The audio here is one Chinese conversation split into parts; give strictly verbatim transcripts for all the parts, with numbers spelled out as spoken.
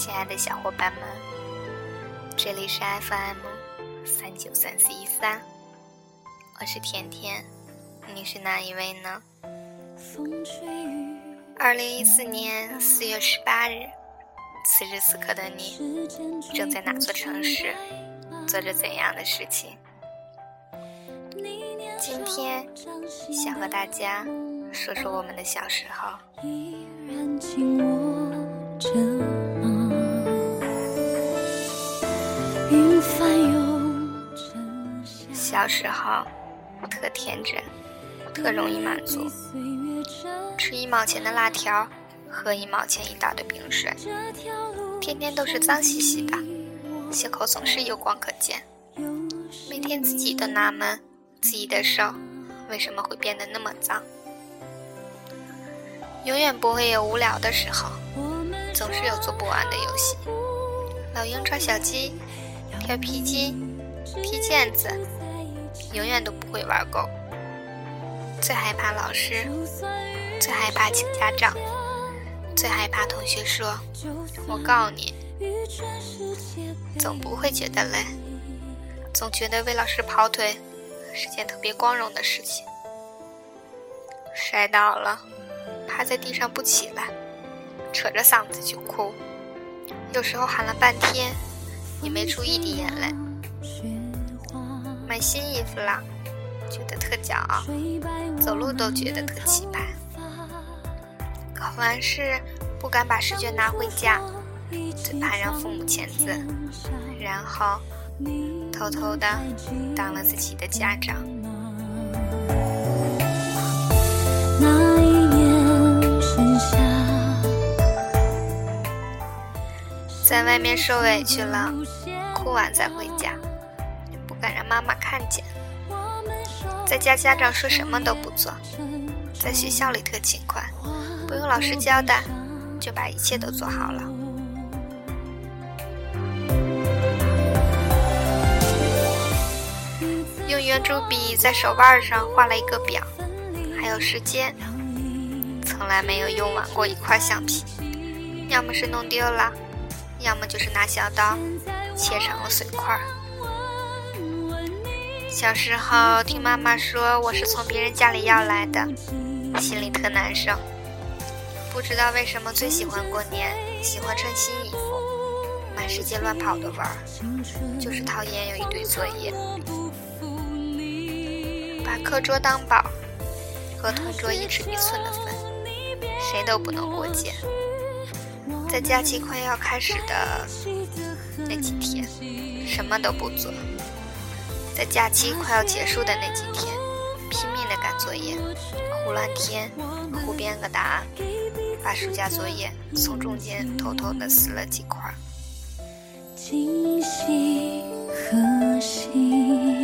亲爱的小伙伴们，这里是 F M 三九三四一三，我是甜甜，你是哪一位呢？二零一四年四月十八日，此时此刻的你正在哪座城市，做着怎样的事情？今天想和大家说说我们的小时候。小时候特天真，特容易满足，吃一毛钱的辣条，喝一毛钱一倒的冰水，天天都是脏兮兮的，鞋口总是有光可见，每天自己都纳闷自己的手为什么会变得那么脏。永远不会有无聊的时候，总是有做不完的游戏，老鹰抓小鸡，跳皮筋，踢毽子，永远都不会玩够。最害怕老师，最害怕请家长，最害怕同学说我告你。总不会觉得累，总觉得为老师跑腿是件特别光荣的事情。摔倒了，趴在地上不起来，扯着嗓子就哭，有时候喊了半天也没出一滴眼泪。买新衣服了，觉得特骄傲，走路都觉得特气派。考完试不敢把试卷拿回家，最怕让父母签字，然后偷偷的当了自己的家长。那一年盛夏，在外面受委屈了，哭完再回家，不敢让妈妈看见。在家家长说什么都不做，在学校里特勤快，不用老师交代就把一切都做好了。用圆珠笔在手腕上画了一个表，还有时间，从来没有用完过一块橡皮，要么是弄丢了，要么就是拿小刀切成了碎块。小时候听妈妈说我是从别人家里要来的，心里特难受。不知道为什么最喜欢过年，喜欢穿新衣服，满世界乱跑的玩儿，就是讨厌有一堆作业。把课桌当宝，和同桌一尺一寸的分，谁都不能过界。在假期快要开始的那几天，什么都不做。在假期快要结束的那几天，拼命地赶作业，胡乱填，胡编个答案，把暑假作业从中间偷偷地撕了几块。今夕何夕，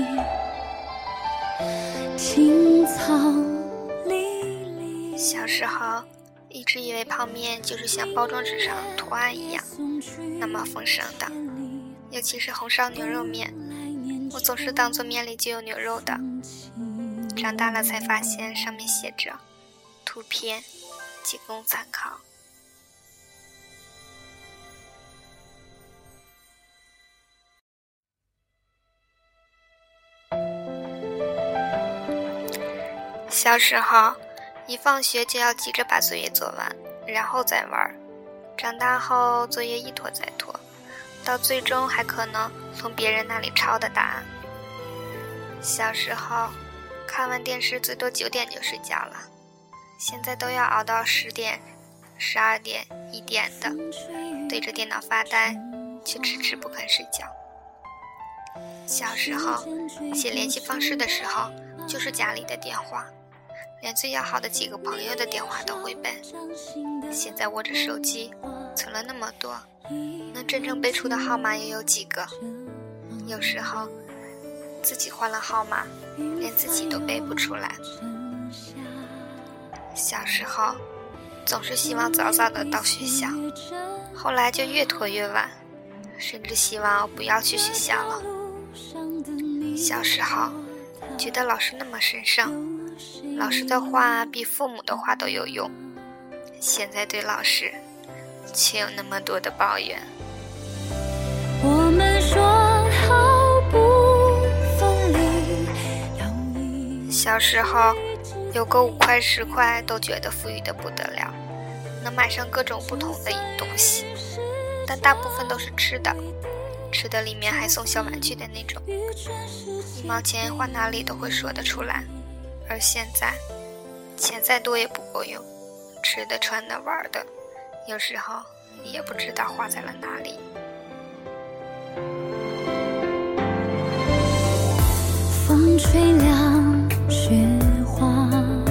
青草离离。小时候一直以为泡面就是像包装纸上图案一样那么丰盛的，尤其是红烧牛肉面，我总是当作面里就有牛肉的。长大了才发现上面写着图片仅供参考。小时候一放学就要急着把作业做完，然后再玩。长大后作业一拖再拖，到最终还可能从别人那里抄的答案。小时候看完电视最多九点就睡觉了，现在都要熬到十点、十二点、一点的，对着电脑发呆，却迟迟不肯睡觉。小时候写联系方式的时候，就是家里的电话，连最要好的几个朋友的电话都会背。现在握着手机，存了那么多，能真正背出的号码又有几个？有时候自己换了号码，连自己都背不出来。小时候总是希望早早的到学校，后来就越拖越晚，甚至希望不要去学校了。小时候觉得老师那么神圣，老师的话比父母的话都有用。现在对老师却有那么多的抱怨。 我们说好不分离， 小时候有个五块十块都觉得富裕的不得了，能买上各种不同的东西，但大部分都是吃的，吃的里面还送小玩具的那种，一毛钱花哪里都会说得出来。而现在钱再多也不够用，吃的穿的玩的，有时候也不知道花在了哪里。 风吹凉雪花，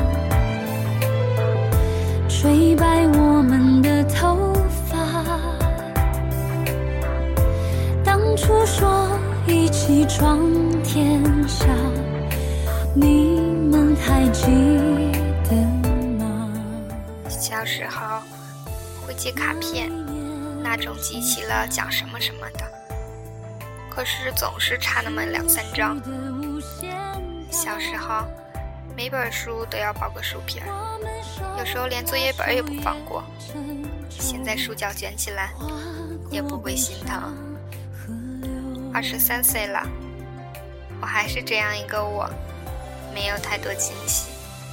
吹白我们的头发，当初说一起闯天下，你们还记得吗？ 小时候会寄卡片，那种集齐了讲什么什么的，可是总是差那么两三张。小时候每本书都要包个书皮儿，有时候连作业本也不放过。现在书角卷起来也不会心疼。二十三岁了，我还是这样一个我，没有太多惊喜。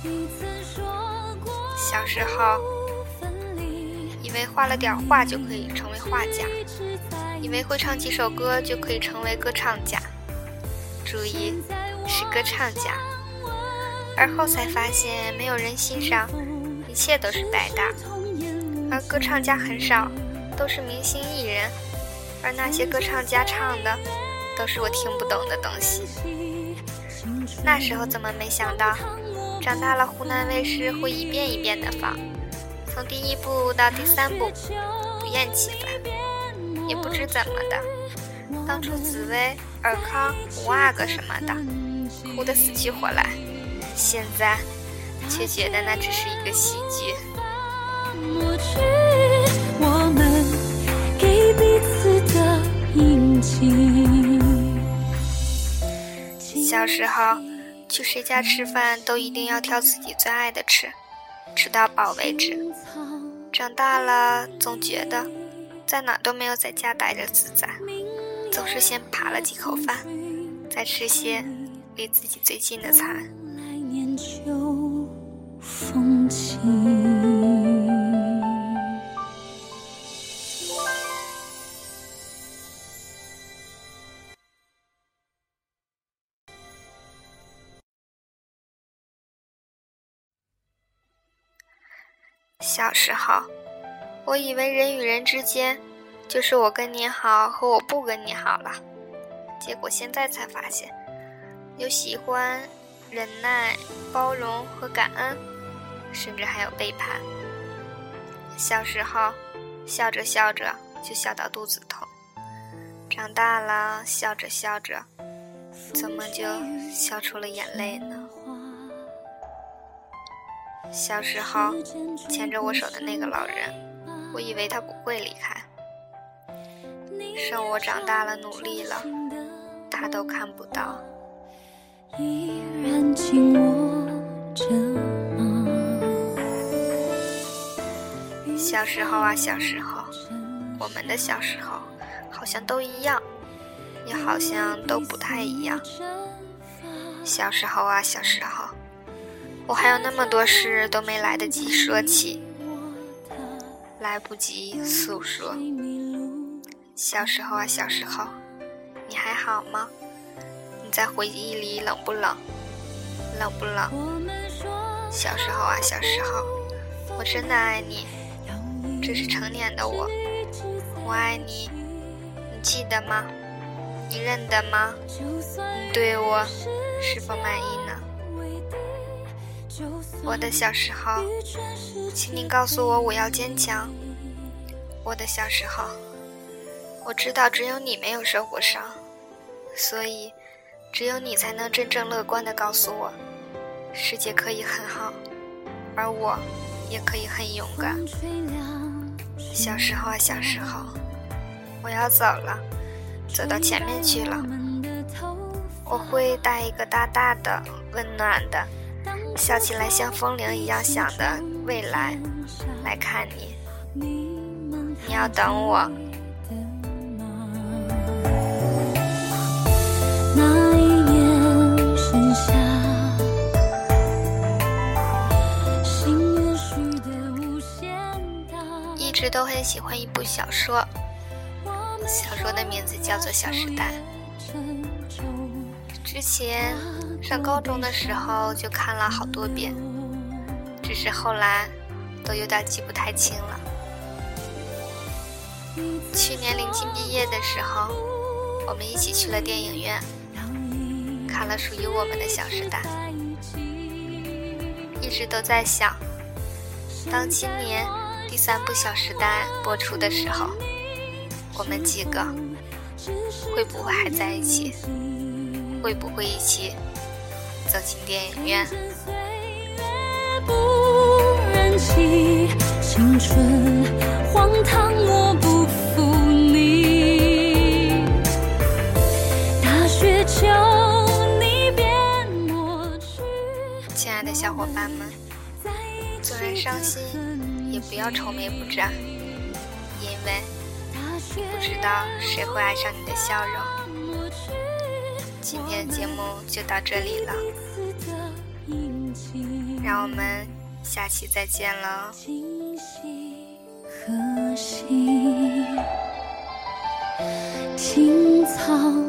小时候以为画了点画就可以成为画家，以为会唱几首歌就可以成为歌唱家，注意是歌唱家。而后才发现没有人欣赏，一切都是白搭。而歌唱家很少，都是明星艺人，而那些歌唱家唱的都是我听不懂的东西。那时候怎么没想到，长大了湖南卫视会一遍一遍的放，从第一部到第三部不厌其烦。也不知怎么的，当初紫薇、尔康、五阿哥什么的哭得死去活来，现在却觉得那只是一个喜剧。 我们给彼此的印记。 小时候去谁家吃饭都一定要挑自己最爱的吃，吃到饱为止。长大了总觉得在哪都没有在家待着自在，总是先扒了几口饭，再吃些离自己最近的菜。 风起， 小时候我以为人与人之间就是我跟你好和我不跟你好了，结果现在才发现有喜欢、忍耐、包容和感恩，甚至还有背叛。小时候笑着笑着就笑到肚子痛，长大了笑着笑着怎么就笑出了眼泪呢？小时候牵着我手的那个老人，我以为他不会离开，剩我长大了努力了，他都看不到。 依然紧握着吗？ 小时候啊小时候，我们的小时候好像都一样，也好像都不太一样。小时候啊小时候，我还有那么多事都没来得及说起，来不及诉说。小时候啊小时候，你还好吗？你在回忆里冷不冷？冷不冷？小时候啊小时候，我真的爱你，这是成年的我，我爱你，你记得吗？你认得吗？你对我是否满意呢？我的小时候，请你告诉我我要坚强。我的小时候，我知道只有你没有受过伤，所以只有你才能真正乐观地告诉我，世界可以很好，而我也可以很勇敢。小时候啊小时候，我要走了，走到前面去了，我会带一个大大的温暖的笑起来像风铃一样响的未来来看你。 你要等我。 那一年盛夏，心愿许得无限大。 一直都很喜欢一部小说，小说的名字叫做《小时代》。之前上高中的时候就看了好多遍，只是后来都有点记不太清了。去年临近毕业的时候，我们一起去了电影院，看了属于我们的《小时代》。一直都在想，当今年第三部《小时代》播出的时候，我们几个会不会还在一起？会不会一起走进电影院？ 不忍弃青春荒唐，我不负你。大雪求你别抹去。 亲爱的小伙伴们，纵然伤心，也不要愁眉不展，因为你不知道谁会爱上你的笑容。今天的节目就到这里了，让我们下期再见了。 青草